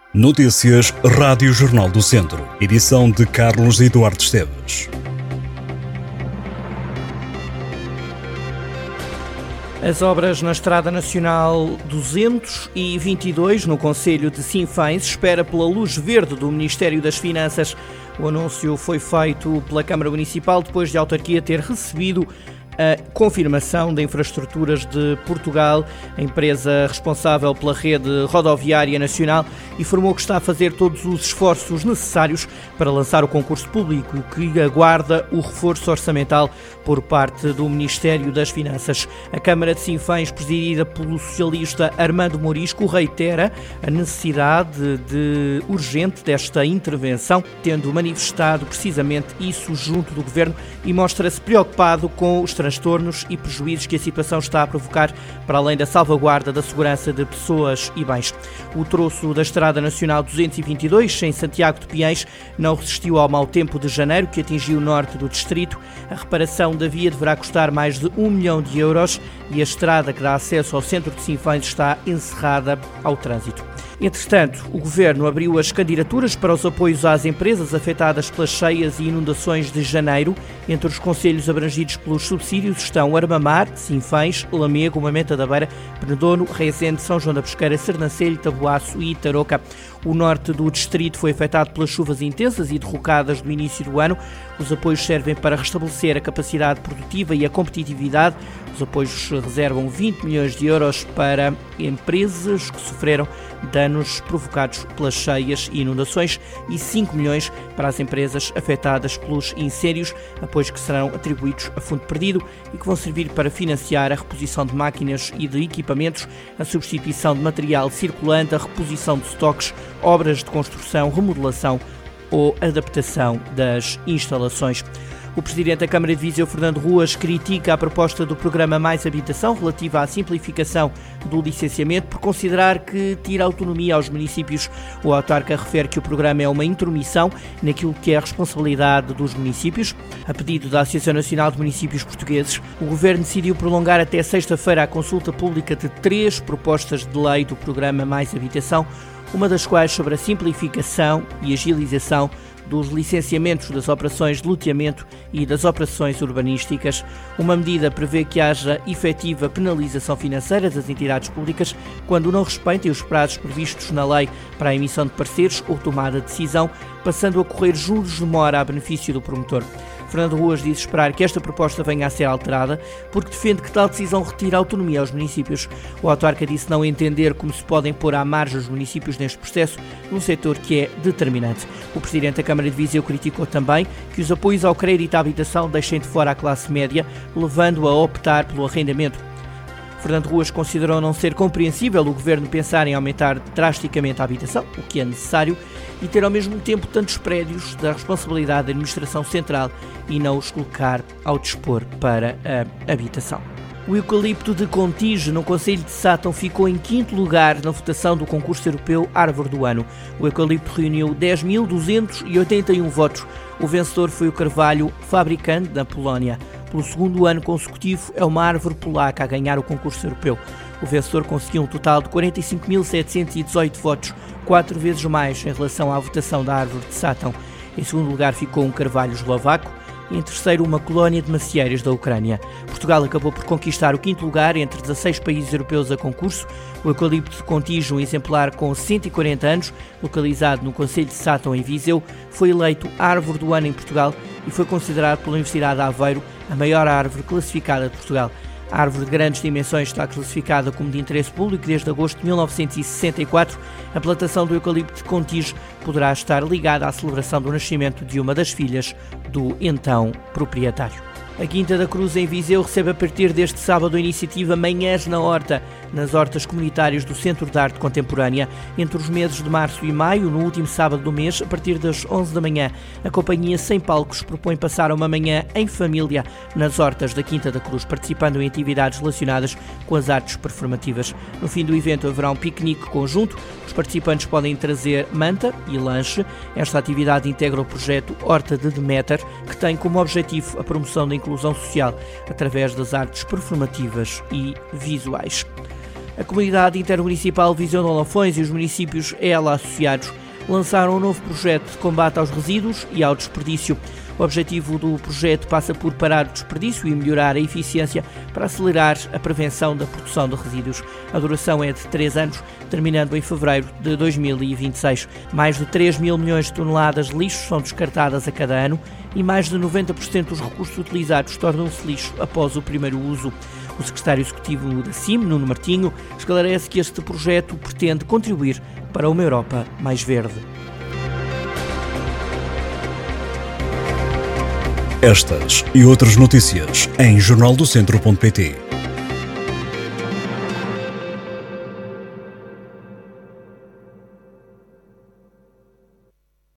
Notícias Rádio Jornal do Centro. Edição de Carlos Eduardo Esteves. As obras na Estrada Nacional 222, no concelho de Sinfães, espera pela luz verde do Ministério das Finanças. O anúncio foi feito pela Câmara Municipal depois de a autarquia ter recebido a confirmação da Infraestruturas de Portugal. A empresa responsável pela rede rodoviária nacional informou que está a fazer todos os esforços necessários para lançar o concurso público, que aguarda o reforço orçamental por parte do Ministério das Finanças. A Câmara de Sinfães, presidida pelo socialista Armando Morisco, reitera a necessidade urgente desta intervenção, tendo manifestado precisamente isso junto do Governo, e mostra-se preocupado com os transtornos e prejuízos que a situação está a provocar, para além da salvaguarda da segurança de pessoas e bens. O troço da Estrada Nacional 222, em Santiago de Piens, não resistiu ao mau tempo de janeiro, que atingiu o norte do distrito. A reparação da via deverá custar mais de 1 milhão de euros e a estrada que dá acesso ao centro de Sinfães está encerrada ao trânsito. Entretanto, o Governo abriu as candidaturas para os apoios às empresas afetadas pelas cheias e inundações de janeiro. Entre os concelhos abrangidos pelos subsídios estão Armamar, Sinfães, Lamego, Moimenta da Beira, Penedono, Rezende, São João da Pesqueira, Sernancelho, Taboaço e Tarouca. O norte do distrito foi afetado pelas chuvas intensas e derrocadas do início do ano. Os apoios servem para restabelecer a capacidade produtiva e a competitividade. Os apoios reservam 20 milhões de euros para empresas que sofreram danos provocados pelas cheias e inundações e 5 milhões para as empresas afetadas pelos incêndios, apoios que serão atribuídos a fundo perdido e que vão servir para financiar a reposição de máquinas e de equipamentos, a substituição de material circulante, a reposição de estoques, obras de construção, remodelação ou adaptação das instalações. O Presidente da Câmara de Viseu, Fernando Ruas, critica a proposta do programa Mais Habitação relativa à simplificação do licenciamento por considerar que tira autonomia aos municípios. O autarca refere que o programa é uma intromissão naquilo que é a responsabilidade dos municípios. A pedido da Associação Nacional de Municípios Portugueses, o Governo decidiu prolongar até sexta-feira a consulta pública de 3 propostas de lei do programa Mais Habitação, uma das quais sobre a simplificação e agilização dos licenciamentos das operações de loteamento e das operações urbanísticas. Uma medida prevê que haja efetiva penalização financeira das entidades públicas quando não respeitem os prazos previstos na lei para a emissão de pareceres ou tomada de decisão, passando a correr juros de mora a benefício do promotor. Fernando Ruas diz esperar que esta proposta venha a ser alterada, porque defende que tal decisão retira autonomia aos municípios. O autarca disse não entender como se podem pôr à margem os municípios neste processo, num setor que é determinante. O Presidente da Câmara de Viseu criticou também que os apoios ao crédito à habitação deixem de fora a classe média, levando-a a optar pelo arrendamento. Fernando Ruas considerou não ser compreensível o Governo pensar em aumentar drasticamente a habitação, o que é necessário, e ter ao mesmo tempo tantos prédios da responsabilidade da Administração Central e não os colocar ao dispor para a habitação. O eucalipto de Contige, no concelho de Sátão, ficou em 5º lugar na votação do concurso europeu Árvore do Ano. O eucalipto reuniu 10.281 votos. O vencedor foi o carvalho Fabricant, da Polónia. Pelo 2º ano consecutivo, é uma árvore polaca a ganhar o concurso europeu. O vencedor conseguiu um total de 45.718 votos, 4 vezes mais em relação à votação da árvore de Sátão. Em segundo lugar ficou um carvalho eslovaco e em terceiro uma colónia de macieiras da Ucrânia. Portugal acabou por conquistar o 5º lugar entre 16 países europeus a concurso. O eucalipto de Contige, um exemplar com 140 anos, localizado no concelho de Sátão, em Viseu, foi eleito Árvore do Ano em Portugal e foi considerado pela Universidade de Aveiro a maior árvore classificada de Portugal. A árvore de grandes dimensões está classificada como de interesse público desde agosto de 1964. A plantação do eucalipto de Contige poderá estar ligada à celebração do nascimento de uma das filhas do então proprietário. A Quinta da Cruz, em Viseu, recebe a partir deste sábado a iniciativa Manhãs na Horta, nas hortas comunitárias do Centro de Arte Contemporânea. Entre os meses de março e maio, no último sábado do mês, a partir das 11 da manhã, a Companhia Sem Palcos propõe passar uma manhã em família nas hortas da Quinta da Cruz, participando em atividades relacionadas com as artes performativas. No fim do evento haverá um piquenique conjunto. Os participantes podem trazer manta e lanche. Esta atividade integra o projeto Horta de Deméter, que tem como objetivo a promoção da inclusão social através das artes performativas e visuais. A Comunidade Intermunicipal Viseu de Olafões e os municípios a ela associados lançaram um novo projeto de combate aos resíduos e ao desperdício. O objetivo do projeto passa por parar o desperdício e melhorar a eficiência para acelerar a prevenção da produção de resíduos. A duração é de 3 anos, terminando em fevereiro de 2026. Mais de 3 mil milhões de toneladas de lixo são descartadas a cada ano e mais de 90% dos recursos utilizados tornam-se lixo após o primeiro uso. O secretário executivo da CIM, Nuno Martinho, esclarece que este projeto pretende contribuir para uma Europa mais verde. Estas e outras notícias em jornaldocentro.pt.